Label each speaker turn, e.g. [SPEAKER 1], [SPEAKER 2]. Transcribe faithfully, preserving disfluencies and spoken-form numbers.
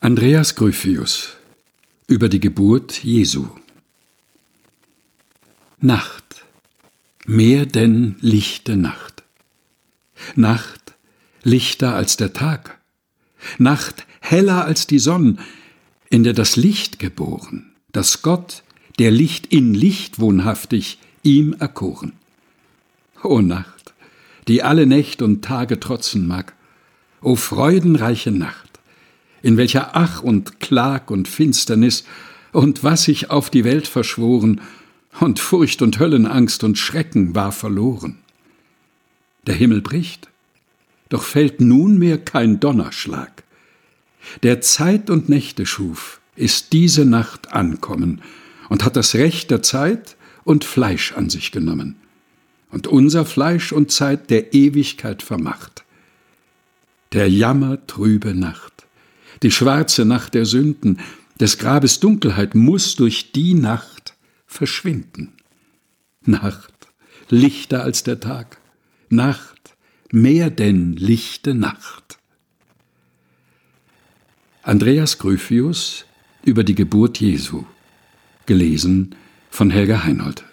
[SPEAKER 1] Andreas Gryphius über die Geburt Jesu. Nacht, mehr denn lichte Nacht. Nacht, lichter als der Tag. Nacht, heller als die Sonn, in der das Licht geboren, das Gott, der Licht in Licht wohnhaftig, ihm erkoren. O Nacht, die alle Nächt und Tage trotzen mag, o freudenreiche Nacht, in welcher Ach und Klag und Finsternis und was sich auf die Welt verschworen und Furcht und Höllenangst und Schrecken war verloren. Der Himmel bricht, doch fällt nunmehr kein Donnerschlag. Der Zeit und Nächte schuf, ist diese Nacht ankommen und hat das Recht der Zeit und Fleisch an sich genommen und unser Fleisch und Zeit der Ewigkeit vermacht. Der Jammer trübe Nacht, die schwarze Nacht der Sünden, des Grabes Dunkelheit muß durch die Nacht verschwinden. Nacht, lichter als der Tag, Nacht, mehr denn lichte Nacht. Andreas Gryphius über die Geburt Jesu, gelesen von Helga Heinold.